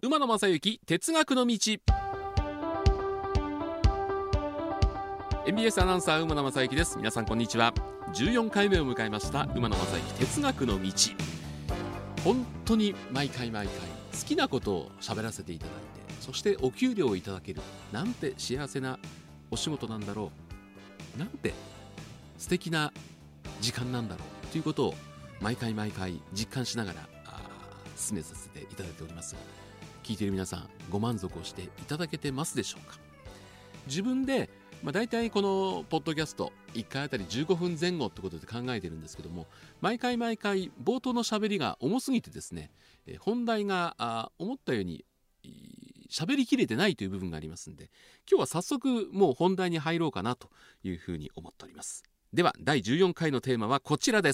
馬野正幸哲学の道。 MBS アナウンサー馬野正幸です。皆さんこんにちは。14回目を迎えました馬野正幸哲学の道。本当に毎回好きなことを喋らせていただいて、そしてお給料をいただけるなんて幸せなお仕事なんだろう、なんて素敵な時間なんだろうということを毎回実感しながら進めさせていただいております。聞いている皆さんご満足をしていただけてますでしょうか。自分でだいたいこのポッドキャスト1回あたり15分前後ってことで考えてるんですけども、毎回冒頭の喋りが重すぎてですね、本題が思ったように喋りきれてないという部分がありますんで、今日は早速もう本題に入ろうかなというふうに思っております。では第14回のテーマはこちらです。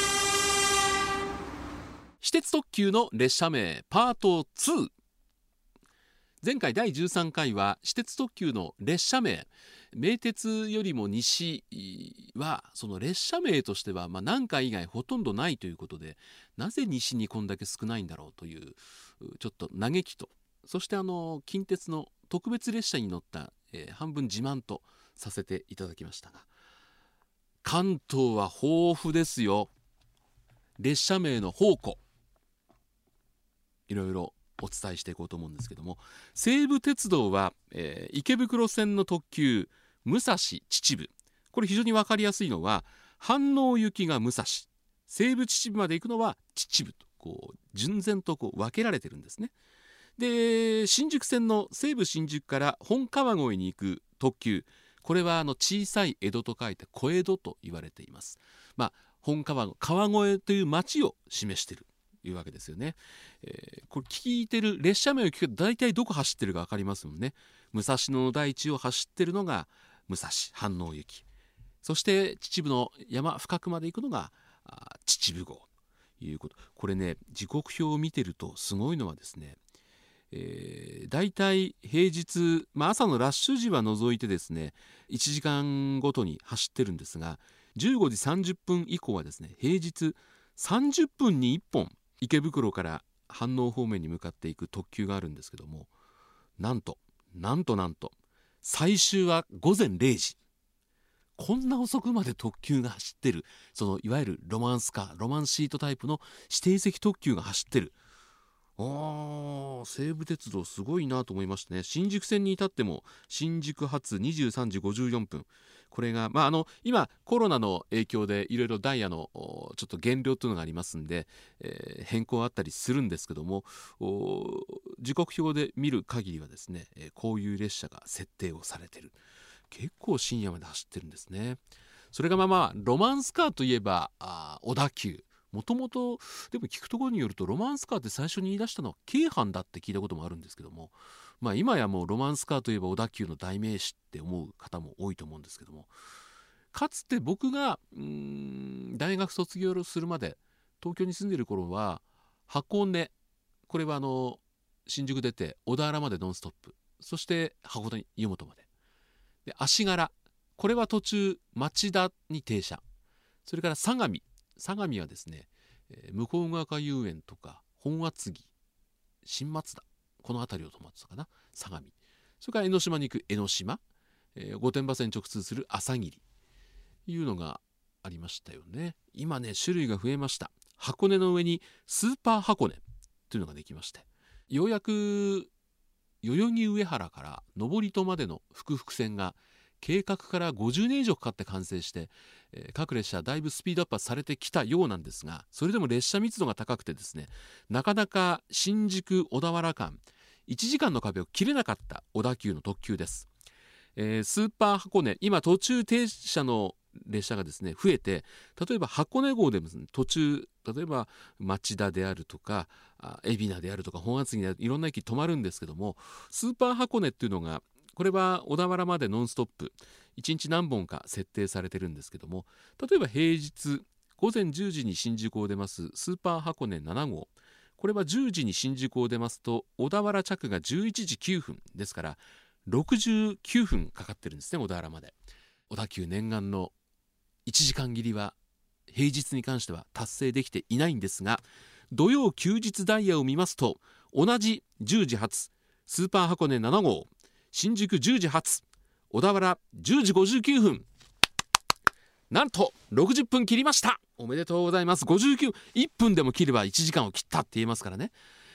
私鉄特急の列車名パート2。前回第13回は私鉄特急の列車名、名鉄よりも西はその列車名としては南海以外ほとんどないということで、なぜ西にこんだけ少ないんだろうというちょっと嘆きと、そして近鉄の特別列車に乗った、半分自慢とさせていただきましたが、関東は豊富ですよ。列車名の宝庫、いろいろお伝えしていこうと思うんですけども、西武鉄道は、池袋線の特急武蔵秩父、これ非常に分かりやすいのは飯能行きが武蔵、西武秩父まで行くのは秩父と順然と分けられてるんですね。で、新宿線の西武新宿から本川越に行く特急、これは小さい江戸と書いて小江戸と言われています。本川越という町を示しているいうわけですよね。これ聞いてる列車名を聞くと大体どこ走ってるか分かりますもんね。武蔵野の大地を走ってるのが武蔵飯能行き、そして秩父の山深くまで行くのが秩父号ということ。これね、時刻表を見てるとすごいのはですね、大体平日、朝のラッシュ時は除いてですね1時間ごとに走ってるんですが、15時30分以降はですね、平日30分に1本池袋から飯能方面に向かっていく特急があるんですけども、なんと最終は午前0時、こんな遅くまで特急が走ってる、そのいわゆるロマンシートタイプの指定席特急が走ってる。西武鉄道すごいなと思いましたね。新宿線に至っても新宿発23時54分、これが、今コロナの影響でいろいろダイヤのちょっと減量というのがありますんで、変更あったりするんですけども、時刻表で見る限りはですね、こういう列車が設定をされている。結構深夜まで走ってるんですね。それがロマンスカーといえば小田急、もともとでも聞くところによるとロマンスカーって最初に言い出したのは京阪だって聞いたこともあるんですけども、今やもうロマンスカーといえば小田急の代名詞って思う方も多いと思うんですけども、かつて僕が大学卒業するまで東京に住んでいる頃は箱根、これは新宿出て小田原までノンストップ、そして箱根湯本まで、で足柄、これは途中町田に停車、それから相模はですね、向ヶ丘遊園とか本厚木、新松田、この辺りを止まってたかな、相模。それから江ノ島に行く江ノ島、御殿場線直通する朝霧いうのがありましたよね。今ね、種類が増えました。箱根の上にスーパー箱根というのができまして、ようやく代々木上原から登戸までの複々線が計画から50年以上かかって完成して、各列車だいぶスピードアップされてきたようなんですが、それでも列車密度が高くてですね、なかなか新宿小田原間1時間の壁を切れなかった小田急の特急です。スーパー箱根、今途中停車の列車がですね増えて、例えば箱根号でも、ね、途中例えば町田であるとか海老名であるとか本厚木である、いろんな駅止まるんですけども、スーパー箱根っていうのが、これは小田原までノンストップ1日何本か設定されてるんですけども、例えば平日午前10時に新宿を出ますスーパー箱根7号、これは10時に新宿を出ますと小田原着が11時9分ですから69分かかってるんですね、小田原まで。小田急念願の1時間切りは平日に関しては達成できていないんですが、土曜休日ダイヤを見ますと同じ10時発スーパー箱根7号新宿10時発小田原10時59分、なんと60分切りました。おめでとうございます。1分でも切れば1時間を切ったって言えますからね、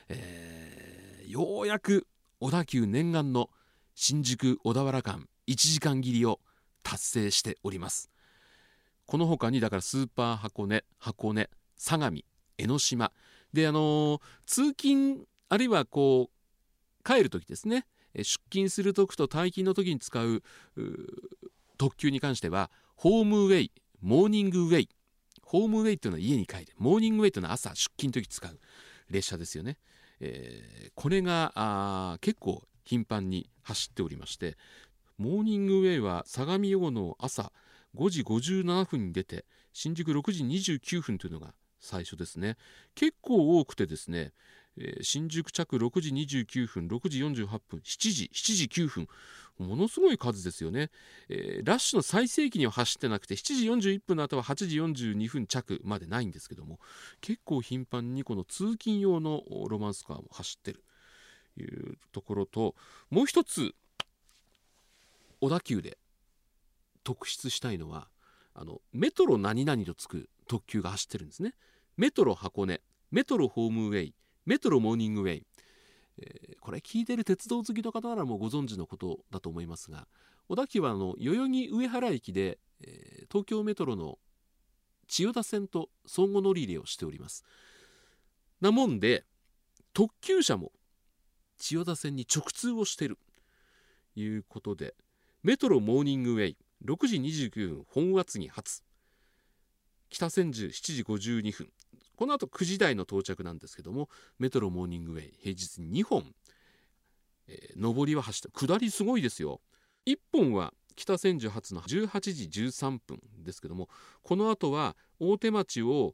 ようやく小田急念願の新宿小田原間1時間切りを達成しております。この他にだからスーパー箱根、相模、江ノ島で通勤あるいはこう帰る時ですね、出勤する時と退勤の時に使う特急に関してはホームウェイ、モーニングウェイ、ホームウェイというのは家に帰る、モーニングウェイというのは朝出勤の時使う列車ですよね。これが結構頻繁に走っておりまして、モーニングウェイは相模大野朝5時57分に出て新宿6時29分というのが最初ですね。結構多くてですね、新宿着6時29分、6時48分、7時9分、ものすごい数ですよね。ラッシュの最盛期には走ってなくて7時41分の後は8時42分着までないんですけども、結構頻繁にこの通勤用のロマンスカーも走ってるというところと、もう一つ小田急で特筆したいのはメトロ何々とつく特急が走ってるんですね。メトロ箱根、メトロホームウェイ、メトロモーニングウェイ、これ聞いてる鉄道好きの方ならもうご存知のことだと思いますが、小田急は代々木上原駅で、東京メトロの千代田線と相互乗り入れをしております。なもんで特急車も千代田線に直通をしているということで、メトロモーニングウェイ6時29分本厚木発北千住7時52分、この後9時台の到着なんですけども、メトロモーニングウェイ平日に2本、上りは走って下りすごいですよ。1本は北千住発の18時13分ですけども、この後は大手町を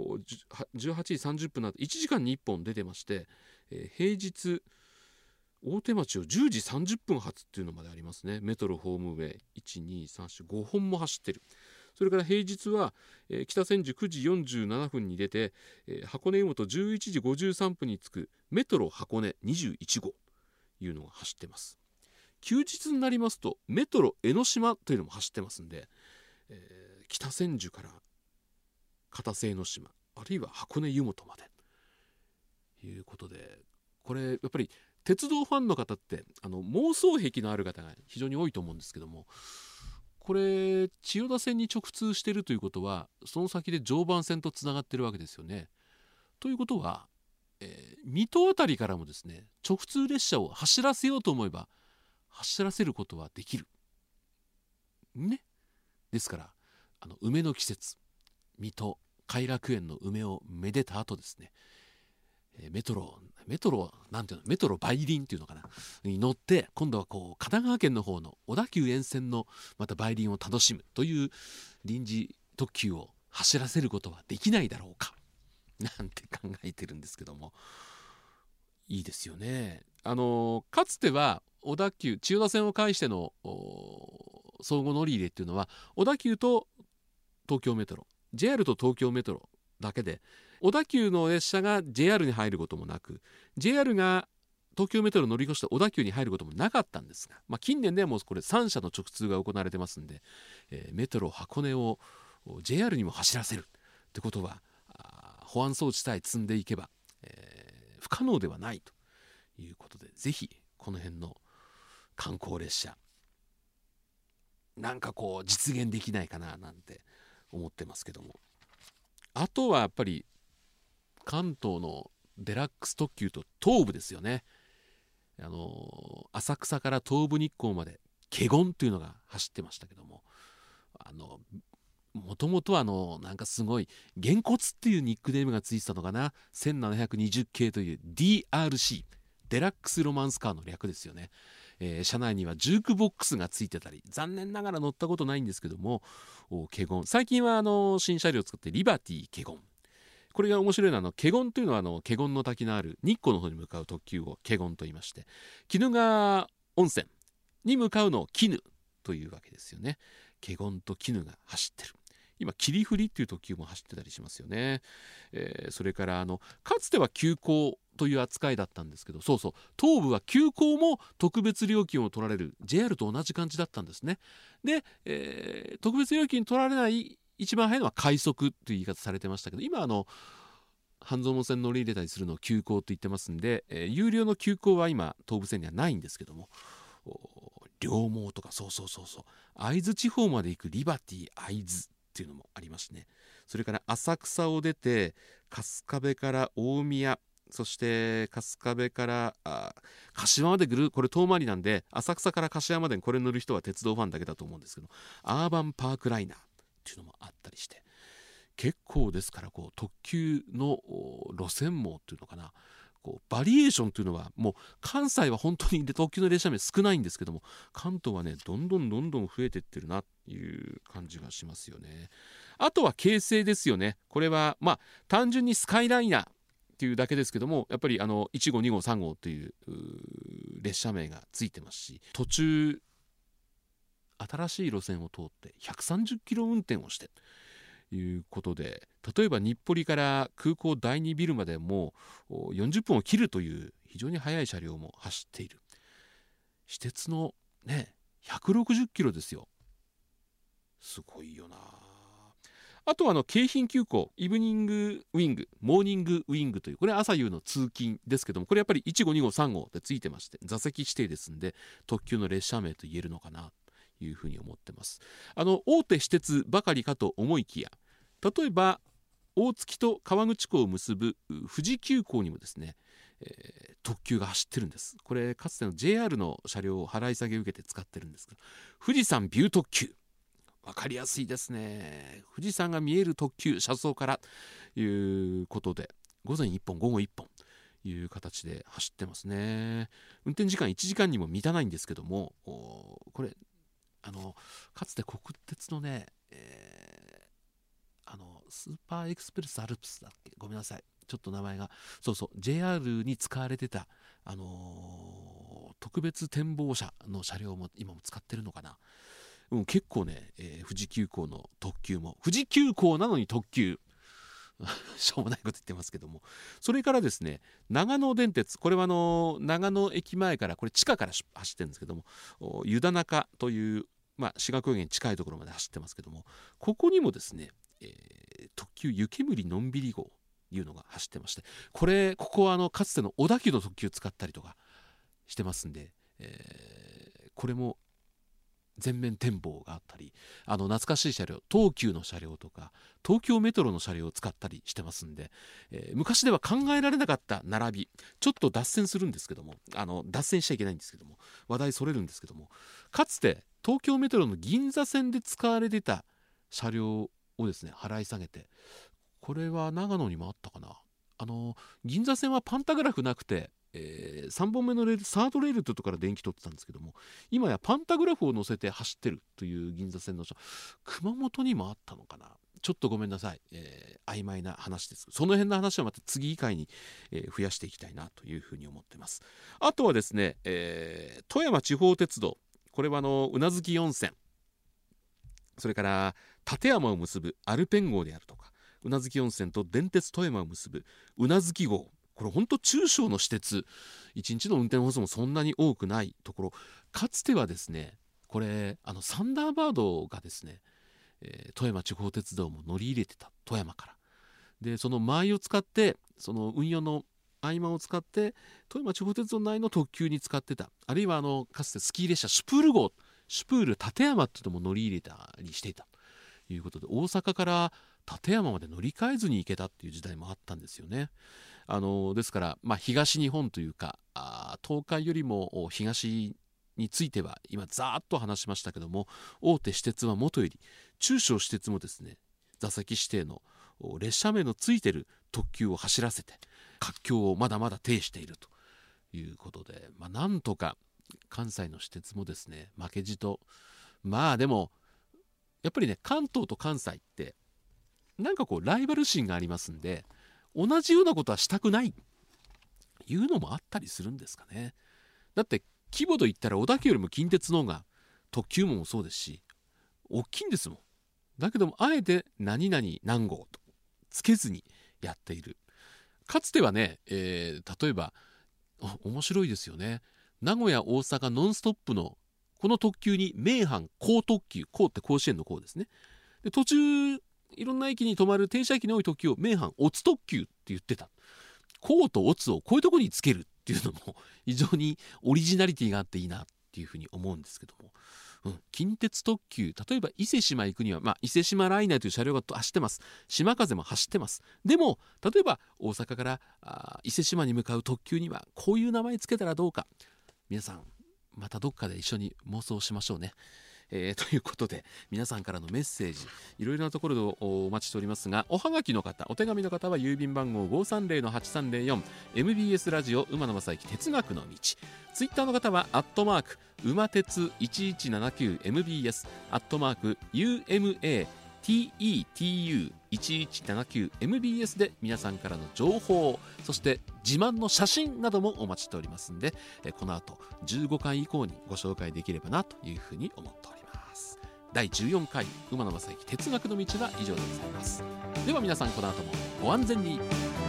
18時30分の後1時間に1本出てまして、平日大手町を10時30分発っていうのまでありますね。メトロホームウェイ12345本も走ってる。それから平日は、北千住9時47分に出て、箱根湯本11時53分に着くメトロ箱根21号というのが走ってます。休日になりますとメトロ江ノ島というのも走ってますんで、北千住から片瀬江ノ島あるいは箱根湯本までということで、これやっぱり鉄道ファンの方って妄想癖のある方が非常に多いと思うんですけども、これ千代田線に直通しているということはその先で常磐線とつながっているわけですよね。ということは、水戸あたりからもですね直通列車を走らせようと思えば走らせることはできるね。ですから梅の季節、水戸偕楽園の梅をめでた後ですね、メトロなんていうの、メトロ梅林っていうのかなに乗って今度はこう神奈川県の方の小田急沿線のまた梅林を楽しむという臨時特急を走らせることはできないだろうかなんて考えてるんですけども、いいですよね。かつては小田急千代田線を介しての相互乗り入れっていうのは小田急と東京メトロ、 JR と東京メトロだけで、小田急の列車が JR に入ることもなく JR が東京メトロ乗り越して小田急に入ることもなかったんですが、近年ではもうこれ3社の直通が行われてますんで、メトロ箱根を JR にも走らせるってことは保安装置さえ積んでいけば、不可能ではないということで、ぜひこの辺の観光列車なんかこう実現できないかななんて思ってますけども、あとはやっぱり関東のデラックス特急と東武ですよね。浅草から東武日光まで華厳というのが走ってましたけども、もともとはなんかすごいげんこつっていうニックネームがついてたのかな、1720系という DRC デラックスロマンスカーの略ですよね。車内にはジュークボックスがついてたり、残念ながら乗ったことないんですけども、華厳、最近は新車両を使ってリバティ華厳、これが面白いのは華厳というのは華厳の滝のある日光の方に向かう特急を華厳と言いまして、鬼怒川温泉に向かうのを絹というわけですよね。華厳と絹が走ってる今霧降りっていう特急も走ってたりしますよね。それからかつては急行という扱いだったんですけど、そうそう、東武は急行も特別料金を取られる JR と同じ感じだったんですね。で、特別料金取られない一番早いのは快速という言い方されてましたけど、今半蔵門線乗り入れたりするのを急行と言ってますんで、有料の急行は今東武線にはないんですけども、両毛とか、そう会津地方まで行くリバティ会津っていうのもありますね。それから浅草を出て春日部から大宮、そして春日部から柏までぐる、これ遠回りなんで浅草から柏までにこれ乗る人は鉄道ファンだけだと思うんですけど、アーバンパークライナーっていうのもあったりして、結構ですから特急の路線網っていうのかな、バリエーションというのはもう関西は本当に特急の列車名少ないんですけども、関東はねどんどん増えていってるなっていう感じがしますよね。あとは京成ですよね。これは単純にスカイライナーっていうだけですけども、やっぱり1号2号3号という列車名がついてますし、途中新しい路線を通って130キロ運転をしてということで、例えば日暮里から空港第2ビルまでも40分を切るという非常に速い車両も走っている。私鉄のね160キロですよ。すごいよな。あとは京浜急行イブニングウィング、モーニングウィングという、これは朝夕の通勤ですけども、これやっぱり1号2号3号でついてまして、座席指定ですんで特急の列車名と言えるのかなというふうに思ってます。大手私鉄ばかりかと思いきや、例えば大月と川口湖を結ぶ富士急行にもですね、特急が走ってるんです。これかつての JR の車両を払い下げを受けて使ってるんですが、富士山ビュー特急、分かりやすいですね。富士山が見える特急、車窓からということで、午前1本午後1本という形で走ってますね。運転時間1時間にも満たないんですけども、これかつて国鉄のね、スーパーエクスプレスアルプスだっけ、ごめんなさい、ちょっと名前が、JR に使われてた、特別展望車の車両も今も使ってるのかな。結構ね、富士急行の特急も、富士急行なのに特急しょうもないこと言ってますけども、それからですね、長野電鉄、これは長野駅前から、これ地下から走ってるんですけども、湯田中という、志賀高原に近いところまで走ってますけども、ここにもですね、特急湯煙のんびり号というのが走ってまして、ここはかつての小田急の特急使ったりとかしてますんで、これも全面展望があったり、懐かしい車両、東急の車両とか東京メトロの車両を使ったりしてますんで、昔では考えられなかった並び、ちょっと脱線するんですけども、脱線しちゃいけないんですけども、話題それるんですけども、かつて東京メトロの銀座線で使われてた車両をですね払い下げて、これは長野にもあったかな。銀座線はパンタグラフなくて、3本目のレール、サードレールというところから電気取ってたんですけども、今やパンタグラフを乗せて走ってるという銀座線の車、熊本にもあったのかな。ちょっとごめんなさい、曖昧な話です。その辺の話はまた次以降に、増やしていきたいなというふうに思ってます。あとはですね、富山地方鉄道、これは宇奈月温泉、それから立山を結ぶアルペン号であるとか、宇奈月温泉と電鉄富山を結ぶ宇奈月号、これ本当中小の私鉄、1日の運転本数もそんなに多くないところ、かつてはですね、これサンダーバードがですね、富山地方鉄道も乗り入れてた、富山からで、その間合いを使って、その運用の合間を使って富山地方鉄道内の特急に使ってた、あるいはかつてスキー列車シュプール号、シュプール立山っていうのも乗り入れたりしていたということで、大阪から立山まで乗り換えずに行けたっていう時代もあったんですよね。ですから、東日本というか東海よりも東については今ざーっと話しましたけども、大手私鉄はもとより中小私鉄もですね、座席指定の列車名のついてる特急を走らせて活況をまだまだ呈しているということで、なんとか関西の私鉄もですね負けじと、でもやっぱりね、関東と関西ってなんかライバル心がありますんで、同じようなことはしたくないいうのもあったりするんですかね。だって規模といったら小田急よりも近鉄の方が特急網もそうですし大きいんですもん。 だけどもあえて何々何号とつけずにやっている。かつてはね、例えば面白いですよね。名古屋大阪ノンストップのこの特急に名阪甲特急、甲って甲子園の甲ですね。で途中いろんな駅に止まる停車駅に多い特急を名阪乙特急って言ってた。甲と乙をこういうところにつけるっていうのも非常にオリジナリティがあっていいなっていうふうに思うんですけども、近鉄特急、例えば伊勢志摩行くには、伊勢志摩ライナーという車両が走ってます。島風も走ってます。でも例えば大阪から伊勢志摩に向かう特急にはこういう名前つけたらどうか、皆さんまたどっかで一緒に妄想しましょうね。ということで皆さんからのメッセージいろいろなところでお待ちしておりますが、おはがきの方、お手紙の方は郵便番号 530-8304 MBS ラジオ馬野正幸哲学の道。ツイッターの方は馬鉄1179 MBS UMATETU1179 MBS で皆さんからの情報、そして自慢の写真などもお待ちしておりますので、この後15回以降にご紹介できればなというふうに思っております。第14回馬野正幸哲学の道は以上でございます。では皆さん、この後もご安全に。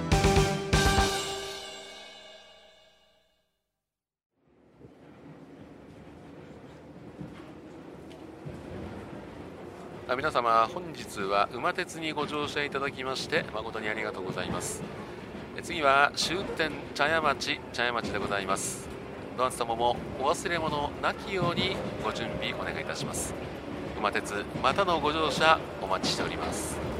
皆様、本日は馬鉄にご乗車いただきまして誠にありがとうございます。次は終点茶屋町でございます。どなた様もお忘れ物なきようにご準備お願いいたします。馬鉄またのご乗車お待ちしております。